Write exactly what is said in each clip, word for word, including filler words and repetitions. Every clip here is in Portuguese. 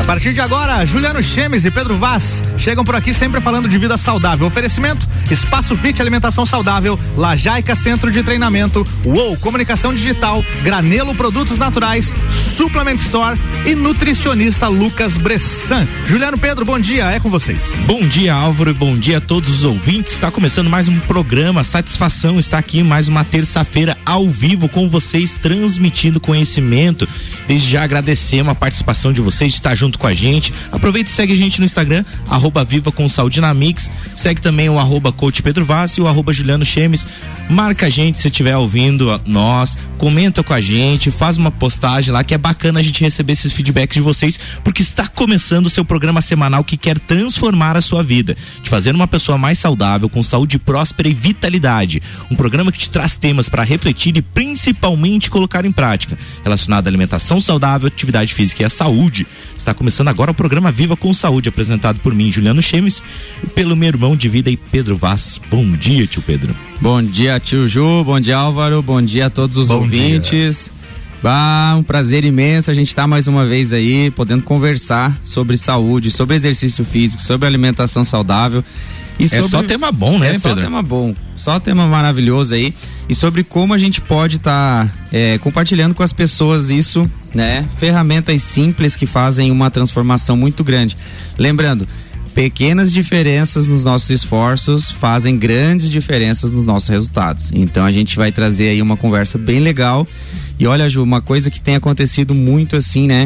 A partir de agora, Juliano Chemes e Pedro Vaz chegam por aqui sempre falando de vida saudável. Oferecimento: Espaço Fit Alimentação Saudável, Lajaica Centro de Treinamento, Uou Comunicação Digital, Granelo Produtos Naturais, Suplement Store e nutricionista Lucas Bressan. Juliano, Pedro, bom dia, é com vocês. Bom dia, Álvaro, e bom dia a todos os ouvintes. Está começando mais um programa. Satisfação estar aqui mais uma terça-feira ao vivo com vocês, transmitindo conhecimento. Desde já agradecemos a participação de vocês, de estar junto com a gente. Aproveita e segue a gente no Instagram, arroba Viva com Saúde na Mix. Segue também o arroba Coach Pedro Vaz e o arroba Juliano Chemes. Marca a gente se estiver ouvindo nós, comenta com a gente, faz uma postagem lá, que é bacana a gente receber esses feedbacks de vocês, porque está começando o seu programa semanal que quer transformar a sua vida, te fazer uma pessoa mais saudável, com saúde próspera e vitalidade. Um programa que te traz temas para refletir e principalmente colocar em prática, relacionado à alimentação saudável, atividade física e à saúde. Está começando agora o programa Viva com Saúde, apresentado por mim, Juliano Chemes, e pelo meu irmão de vida e Pedro Vaz. Bom dia, tio Pedro. Bom dia, tio Ju, bom dia, Álvaro, bom dia a todos os bom ouvintes. Bah, um prazer imenso a gente estar tá mais uma vez aí, podendo conversar sobre saúde, sobre exercício físico, sobre alimentação saudável. E sobre... É só tema bom, né, é Pedro? É só tema bom, só tema maravilhoso aí. E sobre como a gente pode estar tá, é, compartilhando com as pessoas isso, né? Ferramentas simples que fazem uma transformação muito grande. Lembrando, pequenas diferenças nos nossos esforços fazem grandes diferenças nos nossos resultados. Então a gente vai trazer aí uma conversa bem legal. E olha, Ju, uma coisa que tem acontecido muito assim, né?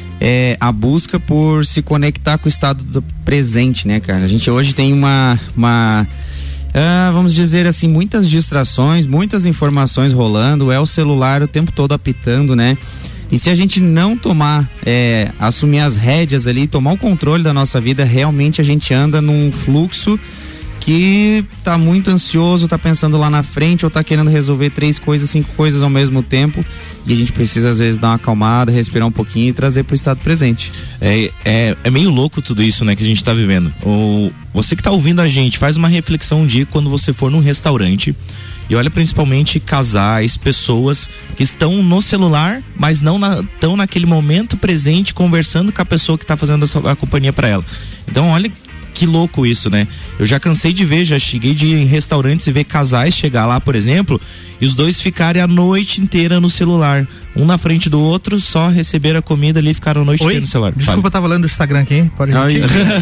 É a busca por se conectar com o estado do presente, né, cara? A gente hoje tem uma, uma ah, vamos dizer assim, muitas distrações, muitas informações rolando, é o celular o tempo todo apitando, né? E se a gente não tomar, é, assumir as rédeas ali, tomar o controle da nossa vida, realmente a gente anda num fluxo que tá muito ansioso, tá pensando lá na frente ou tá querendo resolver três coisas, cinco coisas ao mesmo tempo, e a gente precisa às vezes dar uma acalmada, respirar um pouquinho e trazer pro estado presente. É, é, é meio louco tudo isso, né, que a gente tá vivendo. O, você que tá ouvindo a gente, faz uma reflexão um dia quando você for num restaurante e olha principalmente casais, pessoas que estão no celular, mas não estão na, naquele momento presente conversando com a pessoa que tá fazendo a, a companhia para ela. Então olha que louco isso, né? Eu já cansei de ver, já cheguei de ir em restaurantes e ver casais chegar lá, por exemplo, e os dois ficarem a noite inteira no celular, um na frente do outro, só receberam a comida ali e ficaram a noite Oi? inteira no celular. Desculpa, Fale. Eu tava lendo o Instagram aqui, hein? Pode repetir.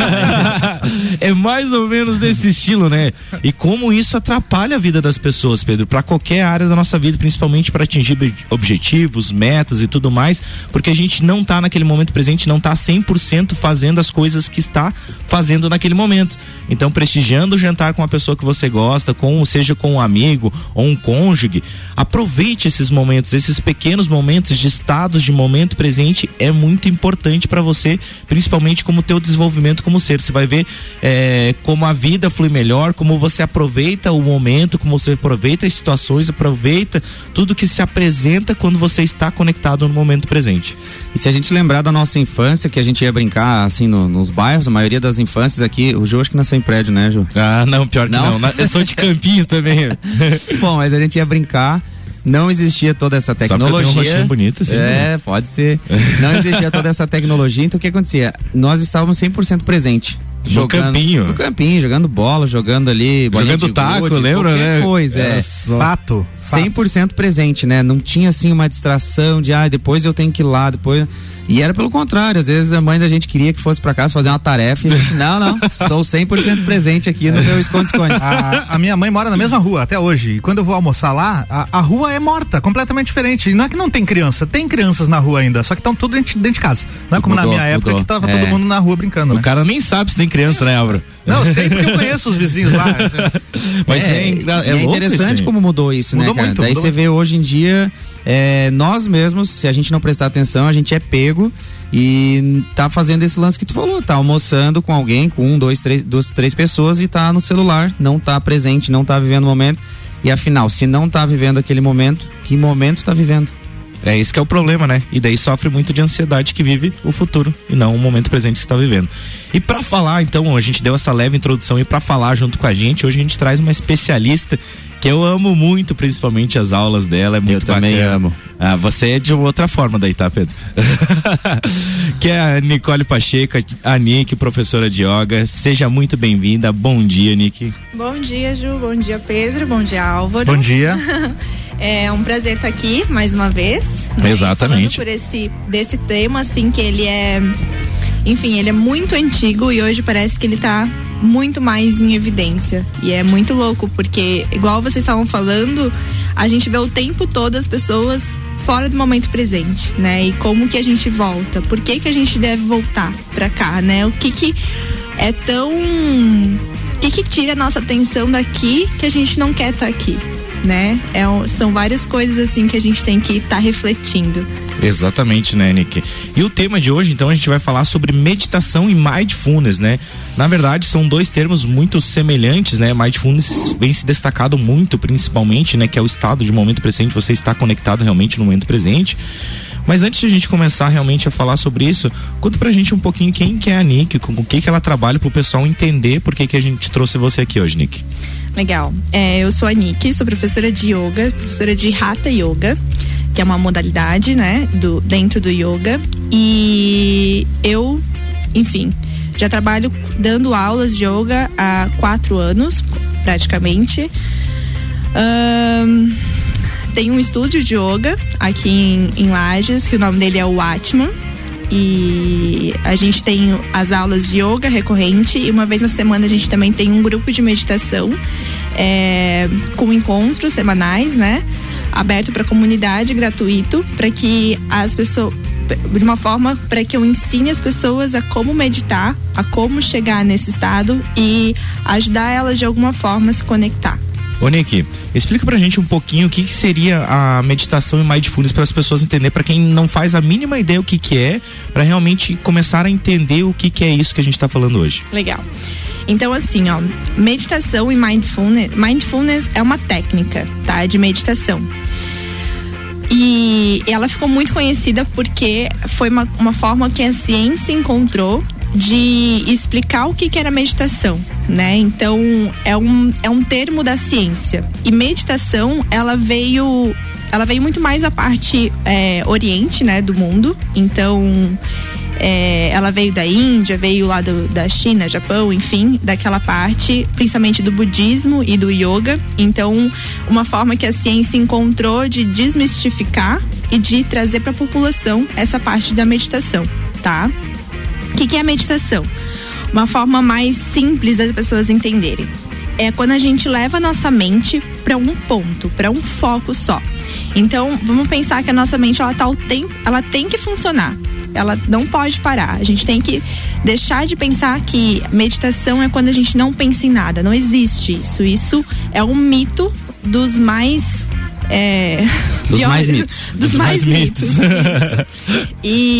É mais ou menos desse estilo, né? E como isso atrapalha a vida das pessoas, Pedro, para qualquer área da nossa vida, principalmente para atingir objetivos, metas e tudo mais, porque a gente não tá naquele momento presente, não tá cem por cento fazendo as coisas que está fazendo naquele momento. Então, prestigiando o jantar com a pessoa que você gosta, com, seja com um amigo ou um cônjuge, aproveite esses momentos, esses pequenos momentos de estados de momento presente, é muito importante para você, principalmente como teu desenvolvimento como ser. Você vai ver é, como a vida flui melhor, como você aproveita o momento, como você aproveita as situações, aproveita tudo que se apresenta quando você está conectado no momento presente. E se a gente lembrar da nossa infância, que a gente ia brincar assim no, nos bairros, a maioria das infâncias aqui, o Ju acho que nasceu em prédio, né, Ju? Ah, não, pior que não, não. Eu sou de Campinho também. Bom, mas a gente ia brincar, não existia toda essa tecnologia. Só um rostinho bonito, assim, é, né? pode ser. Não existia toda essa tecnologia, então o que acontecia? Nós estávamos cem por cento presente. No jogando, campinho. No campinho, jogando bola, jogando ali, jogando taco, gude, lembra, né? Coisa, é. Fato. cem por cento presente, né? Não tinha assim uma distração de, ah, depois eu tenho que ir lá, depois... E era pelo contrário, às vezes a mãe da gente queria que fosse pra casa fazer uma tarefa e a gente, não, não, estou cem por cento presente aqui no meu esconde-esconde. A, a minha mãe mora na mesma rua até hoje, e quando eu vou almoçar lá, a, a rua é morta, completamente diferente. E não é que não tem criança, tem crianças na rua ainda, só que estão tudo dentro, dentro de casa. Não é como mudou, na minha época mudou. Que tava é. todo mundo na rua brincando, O né? cara nem sabe se tem criança, né, Álvaro? Não, eu sei porque eu conheço os vizinhos lá. Mas é, é, é, é interessante como mudou isso, mudou né, cara? Muito, Daí você vê hoje em dia, é, nós mesmos, se a gente não prestar atenção, a gente é pego e tá fazendo esse lance que tu falou, tá almoçando com alguém, com um, dois, três, duas, três pessoas e tá no celular, não tá presente, não tá vivendo o momento. E afinal, se não tá vivendo aquele momento, que momento tá vivendo? É esse que é o problema, né? E daí sofre muito de ansiedade que vive o futuro e não o momento presente que está vivendo. E pra falar, então, a gente deu essa leve introdução e pra falar junto com a gente, hoje a gente traz uma especialista que eu amo muito, principalmente as aulas dela, é muito eu também bacana. amo. Ah, você é de outra forma daí, tá, Pedro? Que é a Nicole Pacheco, a Nick, professora de yoga. Seja muito bem-vinda. Bom dia, Nick. Bom dia, Ju. Bom dia, Pedro. Bom dia, Álvaro. Bom dia. É um prazer estar aqui mais uma vez. Né? Exatamente. Falando por esse, desse tema, assim, que ele é, enfim, ele é muito antigo e hoje parece que ele tá muito mais em evidência. E é muito louco, porque, igual vocês estavam falando, a gente vê o tempo todo as pessoas fora do momento presente, né? E como que a gente volta? Por que que a gente deve voltar pra cá, né? O que que é tão... O que que tira a nossa atenção daqui que a gente não quer estar aqui, né? É, são várias coisas assim que a gente tem que estar tá refletindo. Exatamente, né, Nick? E o tema de hoje, então, a gente vai falar sobre meditação e mindfulness, né? Na verdade, são dois termos muito semelhantes, né? Mindfulness vem se destacado muito, principalmente, né? Que é o estado de momento presente, você está conectado realmente no momento presente. Mas antes de a gente começar realmente a falar sobre isso, conta pra gente um pouquinho quem que é a Nick, com o que que ela trabalha, pro pessoal entender por que que a gente trouxe você aqui hoje, Nick. Legal. É, eu sou a Nick, sou professora de yoga, professora de Hatha Yoga, que é uma modalidade, né, do, dentro do yoga. E eu, enfim, já trabalho dando aulas de yoga há quatro anos, praticamente. Um, Tem um estúdio de yoga aqui em, em Lages, que o nome dele é o Atman. E a gente tem as aulas de yoga recorrente e uma vez na semana a gente também tem um grupo de meditação é, com encontros semanais, né? Aberto para a comunidade, gratuito, para que as pessoas, de uma forma para que eu ensine as pessoas a como meditar, a como chegar nesse estado e ajudar elas de alguma forma a se conectar. Ô Nick, explica pra gente um pouquinho o que, que seria a meditação e mindfulness para as pessoas entenderem, para quem não faz a mínima ideia o que que é, para realmente começar a entender o que que é isso que a gente tá falando hoje. Legal. Então, assim, ó, meditação e mindfulness, mindfulness é uma técnica, tá, de meditação. E ela ficou muito conhecida porque foi uma, uma forma que a ciência encontrou de explicar o que que era meditação, né? Então, é um, é um termo da ciência. E meditação, ela veio, ela veio muito mais a parte é, oriente, né, do mundo. Então, é, ela veio da Índia, veio lá do, da China, Japão, enfim, daquela parte, principalmente do budismo e do yoga. Então, uma forma que a ciência encontrou de desmistificar e de trazer para a população essa parte da meditação, tá? O que que é a meditação? Uma forma mais simples das pessoas entenderem. É quando a gente leva a nossa mente para um ponto, para um foco só. Então, vamos pensar que a nossa mente, ela tá o tempo, ela tem que funcionar. Ela não pode parar. A gente tem que deixar de pensar que meditação é quando a gente não pensa em nada. Não existe isso. Isso é um mito dos mais... É, dos mais mitos. Dos, dos mais, mais mitos. mitos.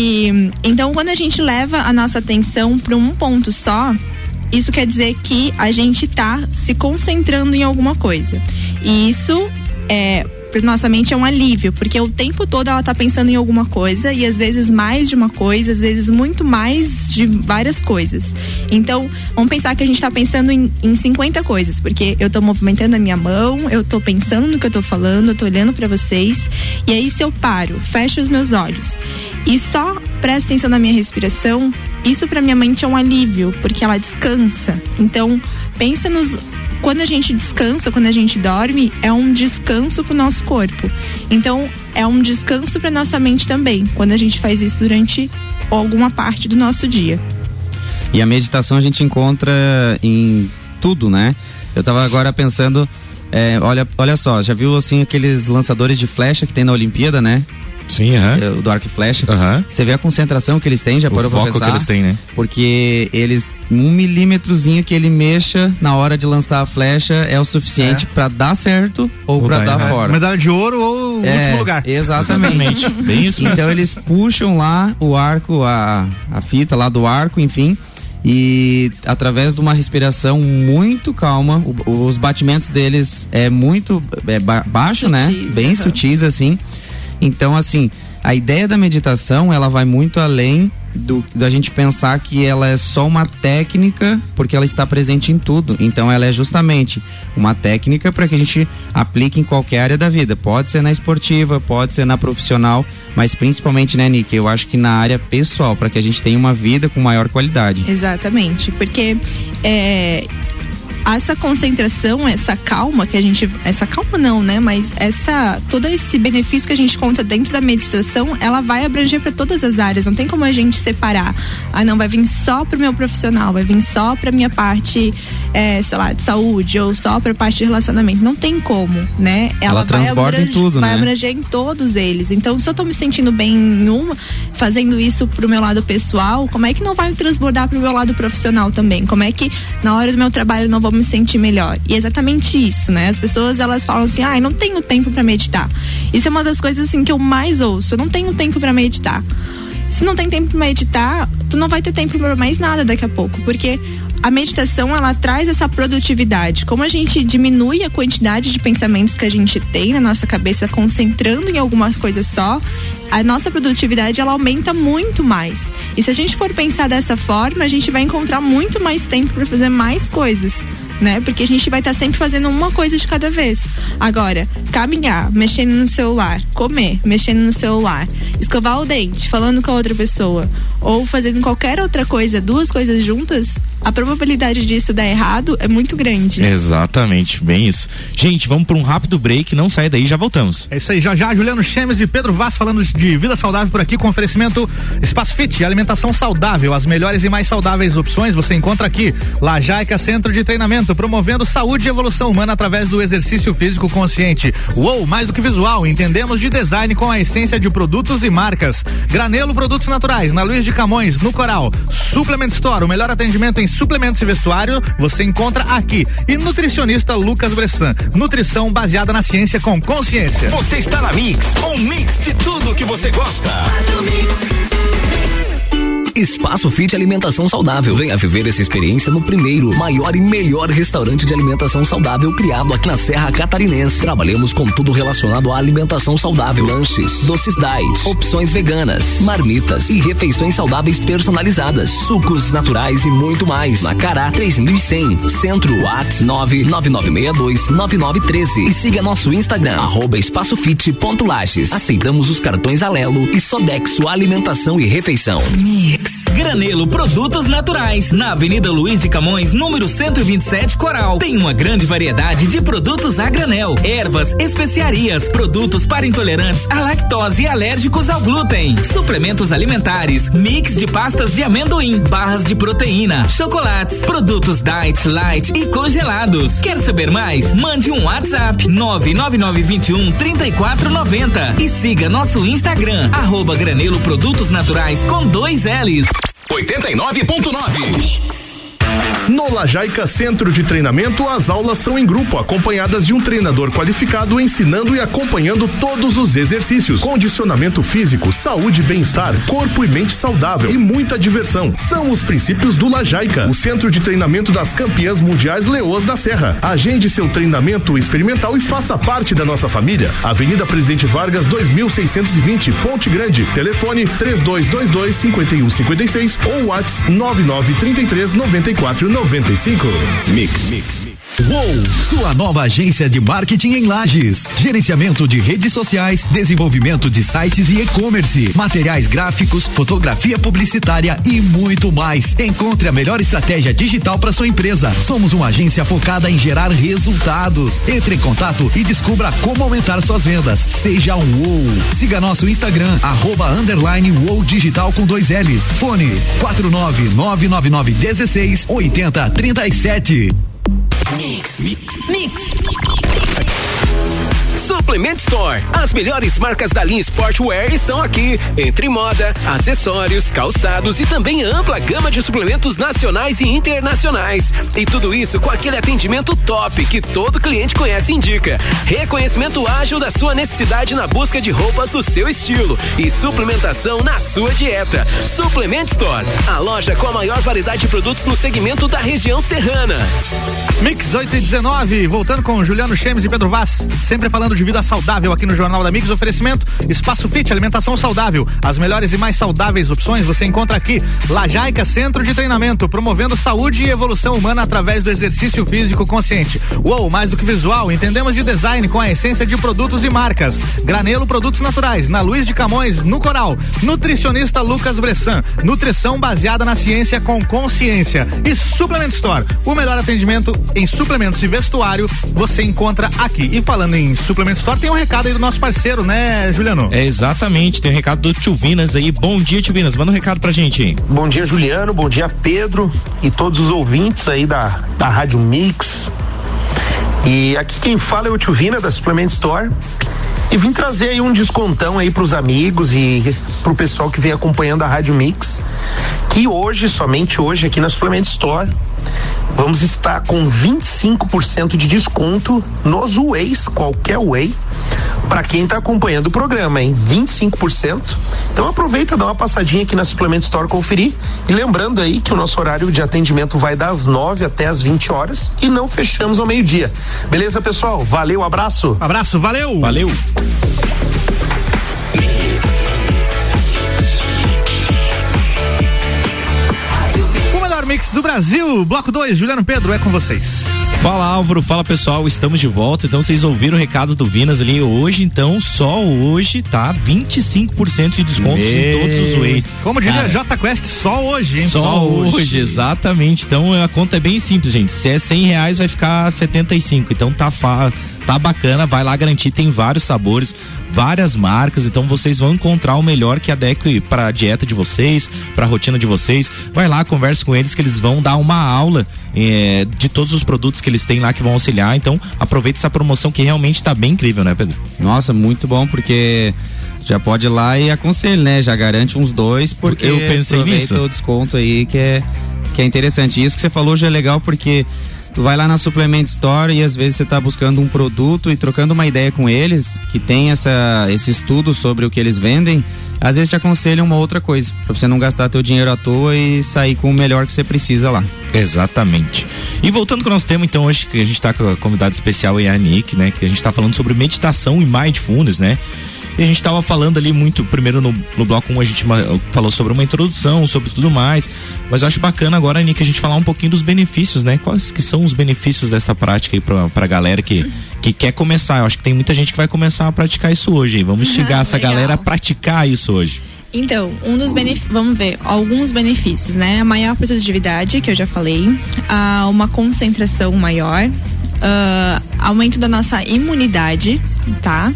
E então, quando a gente leva a nossa atenção para um ponto só, isso quer dizer que a gente tá se concentrando em alguma coisa. E isso é, para nossa mente é um alívio, porque o tempo todo ela tá pensando em alguma coisa e às vezes mais de uma coisa, às vezes muito mais de várias coisas. Então, vamos pensar que a gente tá pensando em, em cinquenta coisas, porque eu tô movimentando a minha mão, eu tô pensando no que eu tô falando, eu tô olhando para vocês, e aí se eu paro, fecho os meus olhos e só presto atenção na minha respiração, isso pra minha mente é um alívio, porque ela descansa. Então, pensa nos... Quando a gente descansa, quando a gente dorme, é um descanso pro nosso corpo. Então, é um descanso pra nossa mente também, quando a gente faz isso durante alguma parte do nosso dia. E a meditação a gente encontra em tudo, né? Eu tava agora pensando, é, olha, olha só, já viu assim aqueles lançadores de flecha que tem na Olimpíada, né? Sim, aham. Uh-huh. Do arco e flecha. Aham. Uh-huh. Você vê a concentração que eles têm, já parou pra pensar? O foco que eles têm, né? Porque eles, um milímetrozinho que ele mexa na hora de lançar a flecha é o suficiente é. pra dar certo ou, ou pra dar é. fora. Medalha de ouro ou é, último lugar. Exatamente. Bem isso mesmo. Então eles puxam lá o arco, a, a fita lá do arco, enfim, e através de uma respiração muito calma, o, os batimentos deles é muito é, ba- baixo, sutis, né? Bem uhum. sutis, assim. Então, assim, a ideia da meditação, ela vai muito além do, da gente pensar que ela é só uma técnica porque ela está presente em tudo. Então ela é justamente uma técnica para que a gente aplique em qualquer área da vida. Pode ser na esportiva, pode ser na profissional, mas principalmente, né, Nick, eu acho que na área pessoal, para que a gente tenha uma vida com maior qualidade. Exatamente, porque é, essa concentração, essa calma que a gente, essa calma não, né, mas essa, todo esse benefício que a gente conta dentro da meditação, ela vai abranger para todas as áreas, não tem como a gente separar, ah não, vai vir só pro meu profissional, vai vir só pra minha parte, é, sei lá, de saúde, ou só pra parte de relacionamento, não tem como, né, ela, ela vai transborda abranger, em tudo, vai né? abranger em todos eles. Então, se eu tô me sentindo bem em uma, fazendo isso pro meu lado pessoal, como é que não vai me transbordar pro meu lado profissional também? Como é que na hora do meu trabalho eu não vou me sentir melhor? E é exatamente isso, né? As pessoas, elas falam assim, ai, ah, não tenho tempo pra meditar. Isso é uma das coisas assim que eu mais ouço, eu não tenho tempo pra meditar. Se não tem tempo pra meditar, tu não vai ter tempo pra mais nada daqui a pouco, porque a meditação, ela traz essa produtividade. Como a gente diminui a quantidade de pensamentos que a gente tem na nossa cabeça, concentrando em alguma coisa só, a nossa produtividade, ela aumenta muito mais. E se a gente for pensar dessa forma, a gente vai encontrar muito mais tempo para fazer mais coisas, né? Porque a gente vai estar tá sempre fazendo uma coisa de cada vez. Agora, caminhar, mexendo no celular, comer, mexendo no celular, escovar o dente, falando com a outra pessoa, ou fazendo qualquer outra coisa, duas coisas juntas, a probabilidade disso dar errado é muito grande. Exatamente, bem isso. Gente, vamos para um rápido break, não sai daí, já voltamos. É isso aí, já já, Juliano Chemes e Pedro Vaz falando de vida saudável por aqui, com oferecimento Espaço Fit, alimentação saudável, as melhores e mais saudáveis opções você encontra aqui. Lajaica Centro de Treinamento, promovendo saúde e evolução humana através do exercício físico consciente. Uou, mais do que visual, entendemos de design com a essência de produtos e marcas. Granelo Produtos Naturais, na Luiz de Camões, no Coral. Suplement Store, o melhor atendimento em suplementos e vestuário, você encontra aqui. E nutricionista Lucas Bressan, nutrição baseada na ciência com consciência. Você está na Mix, um mix de tudo que você gosta. Espaço Fit Alimentação Saudável. Venha viver essa experiência no primeiro, maior e melhor restaurante de alimentação saudável criado aqui na Serra Catarinense. Trabalhamos com tudo relacionado à alimentação saudável: lanches, doces diet, opções veganas, marmitas e refeições saudáveis personalizadas, sucos naturais e muito mais. Na Cará três mil e cem, Centro, WhatsApp nove nove nove seis dois nove nove um três e siga nosso Instagram, arroba espaçofit ponto lages. Aceitamos os cartões Alelo e Sodexo Alimentação e Refeição. Granelo Produtos Naturais, na Avenida Luiz de Camões, número cento e vinte e sete, Coral. Tem uma grande variedade de produtos a granel, ervas, especiarias, produtos para intolerantes à lactose e alérgicos ao glúten, suplementos alimentares, mix de pastas de amendoim, barras de proteína, chocolates, produtos diet, light e congelados. Quer saber mais? Mande um WhatsApp nove nove nove dois um, três quatro nove zero e siga nosso Instagram, arroba Granelo Produtos Naturais com dois L's. oitenta e nove ponto nove. No Lajaica Centro de Treinamento, as aulas são em grupo, acompanhadas de um treinador qualificado ensinando e acompanhando todos os exercícios. Condicionamento físico, saúde e bem-estar, corpo e mente saudável e muita diversão. São os princípios do Lajaica, o centro de treinamento das campeãs mundiais Leoas da Serra. Agende seu treinamento experimental e faça parte da nossa família. Avenida Presidente Vargas, dois mil seiscentos e vinte, Ponte Grande. Telefone três dois dois dois, cinco um cinco seis ou WhatsApp nove nove três três nove quatro noventa e cinco. Mix, mix. Uou, sua nova agência de marketing em Lages. Gerenciamento de redes sociais, desenvolvimento de sites e e-commerce, materiais gráficos, fotografia publicitária e muito mais. Encontre a melhor estratégia digital para sua empresa. Somos uma agência focada em gerar resultados. Entre em contato e descubra como aumentar suas vendas. Seja um Uou. Siga nosso Instagram, arroba underline Uou Digital com dois L's. Fone quatro nove nove nove nove um seis oito zero três sete. Mix. Mix. Mix. Suplement Store. As melhores marcas da linha Sportwear estão aqui. Entre moda, acessórios, calçados e também ampla gama de suplementos nacionais e internacionais. E tudo isso com aquele atendimento top que todo cliente conhece e indica. Reconhecimento ágil da sua necessidade na busca de roupas do seu estilo e suplementação na sua dieta. Suplement Store, a loja com a maior variedade de produtos no segmento da região serrana. Mix oito e dezenove, voltando com Juliano Chemes e Pedro Vaz, sempre falando de vida saudável aqui no Jornal da Mix. Oferecimento Espaço Fit, alimentação saudável. As melhores e mais saudáveis opções você encontra aqui. Lajaica Centro de Treinamento, promovendo saúde e evolução humana através do exercício físico consciente. Uou, mais do que visual, entendemos de design com a essência de produtos e marcas. Granelo Produtos Naturais, na Luiz de Camões, no Coral. Nutricionista Lucas Bressan, nutrição baseada na ciência com consciência. E Suplement Store, o melhor atendimento em suplementos e vestuário você encontra aqui. E falando em Suplement Store, tem um recado aí do nosso parceiro, né, Juliano? É, exatamente, tem um recado do Tio Vinas aí. Bom dia, Tio Vinas, manda um recado pra gente aí. Bom dia, Juliano, bom dia, Pedro e todos os ouvintes aí da, da Rádio Mix. E aqui quem fala é o Tio Vina da Suplement Store. E vim trazer aí um descontão aí pros amigos e pro pessoal que vem acompanhando a Rádio Mix, que hoje, somente hoje, aqui na Suplement Store, vamos estar com vinte e cinco por cento de desconto nos Whey's, qualquer Whey, para quem tá acompanhando o programa, hein? vinte e cinco por cento. Então aproveita, dá uma passadinha aqui na Suplement Store conferir. E lembrando aí que o nosso horário de atendimento vai das nove até as vinte horas e não fechamos ao meio-dia. Beleza, pessoal? Valeu, abraço. Abraço, valeu. Valeu. Mix do Brasil, bloco dois, Juliano Pedro, é com vocês. Fala, Álvaro, fala, pessoal, estamos de volta. Então vocês ouviram o recado do Vinas ali hoje, então só hoje tá vinte e cinco por cento de descontos Me... em todos os Whey. Como diria a J Quest, só hoje, hein? Só, só hoje. hoje, exatamente. Então a conta é bem simples, gente. Se é cem reais vai ficar setenta e cinco, então tá fa... tá bacana, vai lá garantir, tem vários sabores, várias marcas, então vocês vão encontrar o melhor que adeque para a dieta de vocês, para a rotina de vocês. Vai lá, converse com eles que eles vão dar uma aula é, de todos os produtos que eles têm lá que vão auxiliar. Então aproveite essa promoção que realmente tá bem incrível, né, Pedro? Nossa, muito bom, porque já pode ir lá e aconselho, né? Já garante uns dois, porque eu pensei nisso. O desconto aí que é, que é interessante. Isso que você falou já é legal, porque tu vai lá na Suplement Store e às vezes você tá buscando um produto e trocando uma ideia com eles, que tem essa, esse estudo sobre o que eles vendem, às vezes te aconselham uma outra coisa, pra você não gastar teu dinheiro à toa e sair com o melhor que você precisa lá. Exatamente. E voltando com o nosso tema, então, hoje que a gente tá com a convidada especial aí, a Nick, né, que a gente tá falando sobre meditação e mindfulness, né? E a gente estava falando ali muito, primeiro no, no bloco um a gente falou sobre uma introdução, sobre tudo mais, mas eu acho bacana agora, Nick, a gente falar um pouquinho dos benefícios, né? Quais que são os benefícios dessa prática aí pra, pra galera que, que quer começar? Eu acho que tem muita gente que vai começar a praticar isso hoje, vamos chegar essa Legal. galera a praticar isso hoje. Então, um dos benefícios, vamos ver, alguns benefícios, né? A maior produtividade, que eu já falei, a uma concentração maior, uh, aumento da nossa imunidade, tá?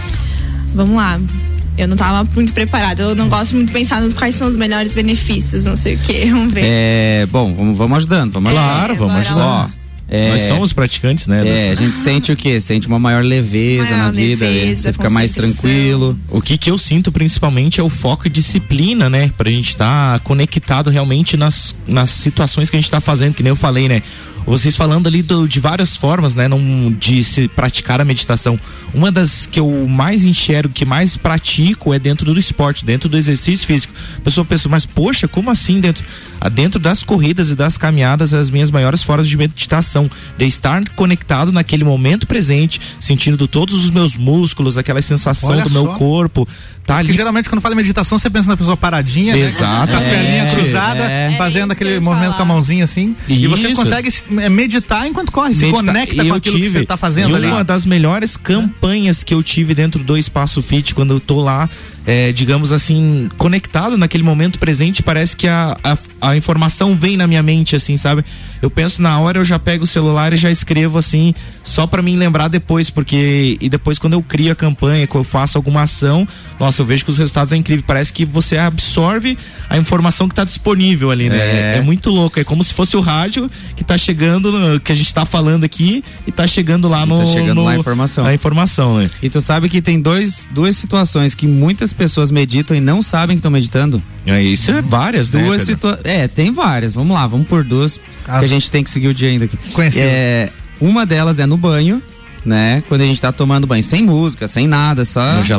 Vamos lá, eu não tava muito preparada, eu não gosto muito de pensar nos quais são os melhores benefícios, não sei o que, vamos ver. É, bom, vamos, vamos ajudando, vamos é, Claro, vamos ajudar. É, nós somos praticantes, né? É, a gente sente o quê? Sente uma maior leveza maior na vida, leveza, você fica mais tranquilo. O que que eu sinto principalmente é o foco e disciplina, né? Pra gente estar tá conectado realmente nas, nas situações que a gente tá fazendo, que nem eu falei, né? Vocês falando ali do, de várias formas, né, num, de se praticar a meditação. Uma das que eu mais enxergo, que mais pratico é dentro do esporte, dentro do exercício físico. A pessoa pensa, mas poxa, como assim dentro, dentro das corridas e das caminhadas, as minhas maiores formas de meditação, de estar conectado naquele momento presente, sentindo todos os meus músculos, aquela sensação Olha do só. meu corpo. Tá ali. Porque geralmente quando fala em meditação, você pensa na pessoa paradinha, Exato. né? Com as é, perninhas cruzadas, é. fazendo é aquele movimento falar. com a mãozinha assim. Isso. E você consegue meditar enquanto corre, se Medita conecta com aquilo tive, que você tá fazendo e ali. Uma das melhores campanhas que eu tive dentro do Espaço Fit, quando eu tô lá, é, digamos assim, conectado naquele momento presente, parece que a, a, a informação vem na minha mente, assim, sabe? Eu penso na hora, eu já pego o celular e já escrevo assim, só pra mim lembrar depois, porque e depois quando eu crio a campanha, quando eu faço alguma ação, nossa, eu vejo que os resultados é incrível, parece que você absorve a informação que tá disponível ali, né? É, é muito louco, é como se fosse o rádio que tá chegando, no, que a gente tá falando aqui e tá chegando lá no... Tá chegando no, lá a informação. A informação, né? E tu sabe que tem dois, duas situações que muitas pessoas meditam e não sabem que estão meditando? É, isso é várias, né? Duas situa- É, tem várias, vamos lá, vamos por duas, As... que a gente tem que seguir o dia ainda aqui. Conhecido. É, uma delas é no banho, né? Quando a gente tá tomando banho sem música, sem nada, só... No gelado?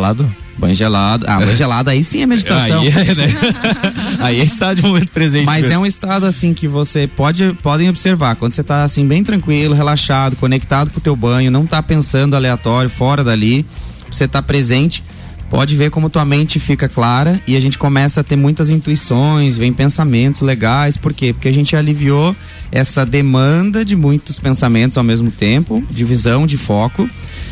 Banho gelado. Ah, banho gelado aí sim é meditação. Aí é, né? Aí é estado de momento presente. Mas mesmo. é um estado assim que você pode, podem observar, quando você tá assim bem tranquilo, relaxado, conectado com o teu banho, não tá pensando aleatório, fora dali, você tá presente, pode ver como tua mente fica clara e a gente começa a ter muitas intuições, vem pensamentos legais. Por quê? Porque a gente aliviou essa demanda de muitos pensamentos ao mesmo tempo, de visão, de foco,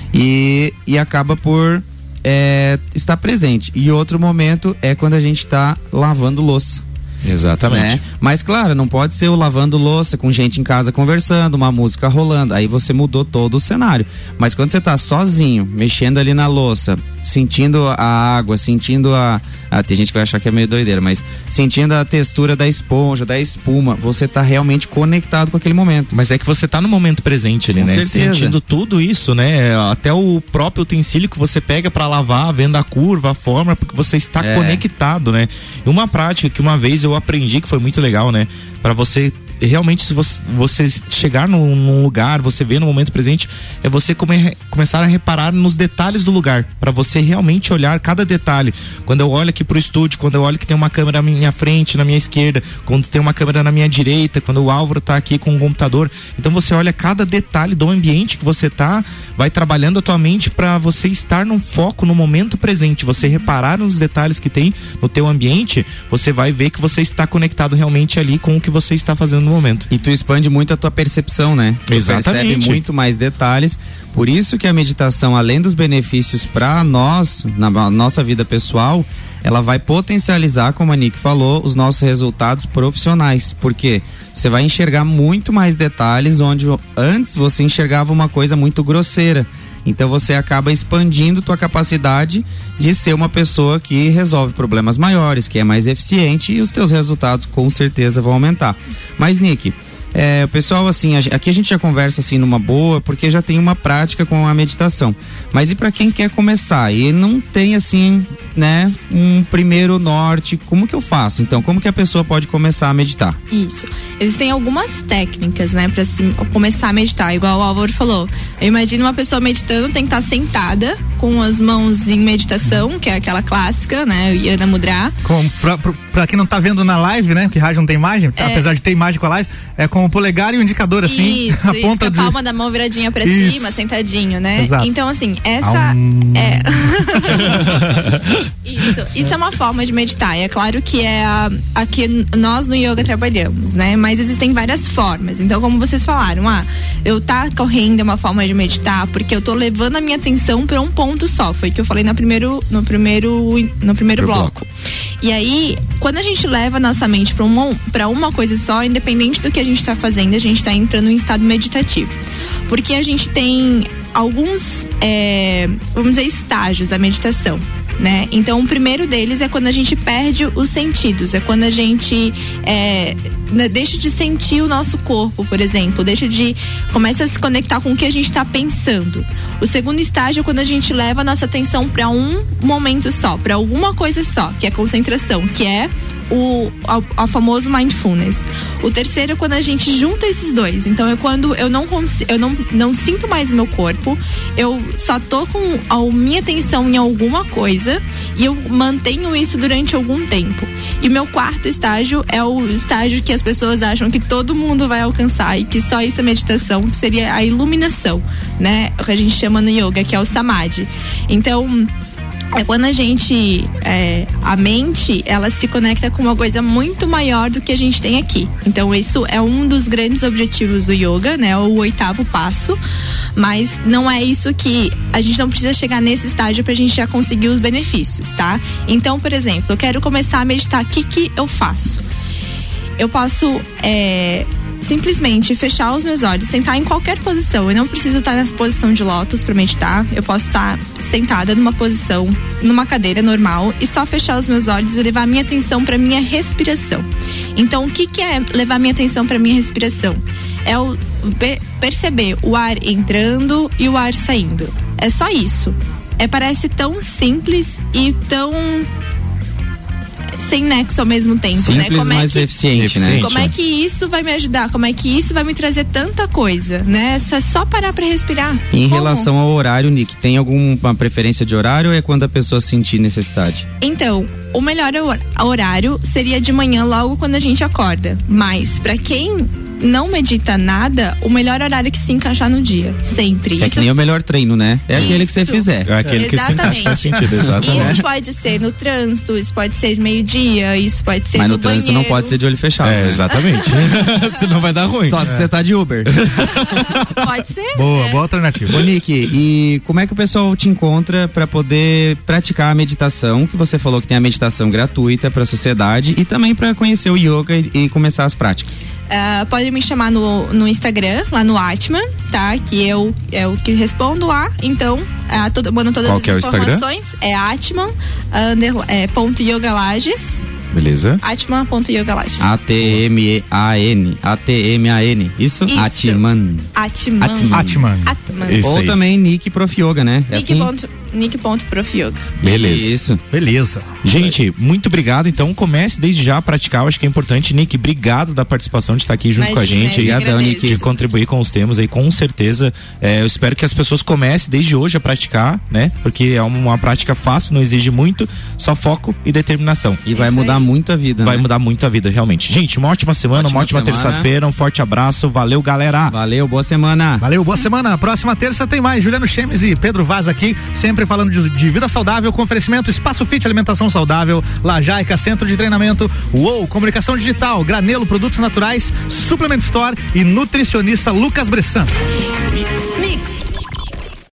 e, e acaba por É, está presente. E outro momento é quando a gente está lavando louça. Exatamente. Né? Mas claro, não pode ser o lavando louça com gente em casa conversando, uma música rolando, aí você mudou todo o cenário. Mas quando você tá sozinho, mexendo ali na louça, sentindo a água, sentindo a, a tem gente que vai achar que é meio doideira, mas sentindo a textura da esponja, da espuma, você tá realmente conectado com aquele momento. Mas é que você tá no momento presente ali, com né? certeza. Sentindo tudo isso, né? Até o próprio utensílio que você pega pra lavar, vendo a curva, a forma, porque você está É. conectado, né? E uma prática que uma vez eu aprendi que foi muito legal, né? Pra você realmente, se você, você chegar num, num lugar, você ver no momento presente, é você come, começar a reparar nos detalhes do lugar, para você realmente olhar cada detalhe. Quando eu olho aqui pro estúdio, quando eu olho que tem uma câmera na minha frente, na minha esquerda, quando tem uma câmera na minha direita, quando o Álvaro tá aqui com o computador, então você olha cada detalhe do ambiente que você tá, vai trabalhando a tua mente para você estar num foco no momento presente, você reparar nos detalhes que tem no teu ambiente, você vai ver que você está conectado realmente ali com o que você está fazendo no momento. E tu expande muito a tua percepção, né? Tu Exatamente. percebe muito mais detalhes. Por isso que a meditação, além dos benefícios para nós, na nossa vida pessoal, ela vai potencializar, como a Nick falou, os nossos resultados profissionais. Porque você vai enxergar muito mais detalhes onde antes você enxergava uma coisa muito grosseira. Então você acaba expandindo tua capacidade de ser uma pessoa que resolve problemas maiores, que é mais eficiente, e os teus resultados com certeza vão aumentar. Mas, Nick, é, o pessoal, assim, a, aqui a gente já conversa assim numa boa, porque já tem uma prática com a meditação. Mas e para quem quer começar e não tem, assim, né, um primeiro norte, como que eu faço? Então, como que a pessoa pode começar a meditar? Isso. Existem algumas técnicas, né, pra se, começar a meditar, igual o Álvaro falou. Eu imagino uma pessoa meditando, tem que estar sentada, com as mãos em meditação, que é aquela clássica, né, Yana Mudra. Com, pra, pra, pra quem não tá vendo na live, né, porque rádio não tem imagem, é, apesar de ter imagem com a live, é com o polegar e o indicador, assim, isso, a isso, ponta com a de... palma da mão viradinha pra Isso. cima, sentadinho, né? Exato. Então, assim, essa um... é... isso, isso é uma forma de meditar. E é claro que é a, a que nós no yoga trabalhamos, né? Mas existem várias formas. Então, como vocês falaram, ah, eu tá correndo é uma forma de meditar porque eu tô levando a minha atenção pra um ponto só. Foi o que eu falei no primeiro, no primeiro, no primeiro bloco. bloco. E aí, quando a gente leva a nossa mente pra uma, pra uma coisa só, independente do que a gente tá fazendo, a gente tá entrando em estado meditativo. Porque a gente tem alguns, é, vamos dizer, estágios da meditação, né? Então, o primeiro deles é quando a gente perde os sentidos, é quando a gente é, deixa de sentir o nosso corpo, por exemplo, deixa de, começa a se conectar com o que a gente está pensando. O segundo estágio é quando a gente leva a nossa atenção para um momento só, para alguma coisa só, que é concentração, que é o a, a famoso mindfulness. O terceiro é quando a gente junta esses dois. Então é quando eu não consigo, eu não, não sinto mais o meu corpo, eu só tô com a minha atenção em alguma coisa e eu mantenho isso durante algum tempo. E o meu quarto estágio é o estágio que as pessoas acham que todo mundo vai alcançar e que só isso é meditação, que seria a iluminação, né? O que a gente chama no yoga, que é o samadhi. Então, é quando a gente, é, a mente, ela se conecta com uma coisa muito maior do que a gente tem aqui. Então isso é um dos grandes objetivos do yoga, né? O oitavo passo, mas não é isso que, a gente não precisa chegar nesse estágio pra gente já conseguir os benefícios, tá? Então, por exemplo, eu quero começar a meditar, o que que eu faço? Eu posso, é, simplesmente fechar os meus olhos, sentar em qualquer posição. Eu não preciso estar nessa posição de lótus para meditar. Eu posso estar sentada numa posição, numa cadeira normal e só fechar os meus olhos e levar minha atenção para minha respiração. Então, o que que é levar minha atenção para minha respiração? É o perceber o ar entrando e o ar saindo. É só isso. É, parece tão simples e tão sem nexo ao mesmo tempo, Simples, né? Como mas é que, eficiente, né? Como é que isso vai me ajudar? Como é que isso vai me trazer tanta coisa, né? É só parar pra respirar. Em Como? relação ao horário, Nick, tem alguma preferência de horário ou é quando a pessoa sentir necessidade? Então, o melhor horário seria de manhã, logo quando a gente acorda. Mas pra quem não medita nada, o melhor horário é que se encaixar no dia, sempre. É Isso... que nem o melhor treino, né? É Isso. aquele que você fizer. É aquele Exatamente. que se encaixa, faz sentido, exatamente. Isso pode ser no trânsito, isso pode ser meio-dia, isso pode ser Mas no, no trânsito banheiro. não pode ser de olho fechado. É, né? exatamente. Senão vai dar ruim. Só se você tá de Uber. Pode ser. Boa, é. boa alternativa. Ô Nick, e como é que o pessoal te encontra para poder praticar a meditação? Que você falou que tem a meditação gratuita para a sociedade e também para conhecer o yoga e, e começar as práticas. Uh, pode me chamar no, no Instagram, lá no Atman, tá? Que eu é o que respondo lá. Então, uh, todo, mando todas Qual as que é o informações. É Atman, under, é, ponto yoga lages. Beleza. Atman ponto yoga lages. A T M E A N. A T M A N. Isso? Isso. Atman. Atman. Atman. Atman. Atman. Isso Ou aí. também Nick Prof Yoga, né? É Nick assim? ponto, Nick ponto prof yoga. Beleza. Isso. Beleza. Gente, muito obrigado. Então comece desde já a praticar. Eu acho que é importante, Nick. Obrigado da participação de estar aqui junto Imagina, com a gente. eu Obrigadão, agradeço. E contribuir com os temas aí, com certeza. É, eu espero que as pessoas comecem desde hoje a praticar, né? Porque é uma prática fácil, não exige muito, só foco e determinação. E vai Isso mudar aí. muito a vida, Vai né? mudar muito a vida, realmente. Gente, uma ótima semana, Ótima uma ótima semana. terça-feira, um forte abraço. Valeu, galera. Valeu, boa semana. Valeu, boa semana. Próxima terça tem mais. Juliano Chemes e Pedro Vaz aqui, sempre falando de, de vida saudável, com oferecimento Espaço Fit Alimentação Saudável, Lajaica Centro de Treinamento, Uou, Comunicação Digital, Granelo Produtos Naturais, Suplement Store e nutricionista Lucas Bressan.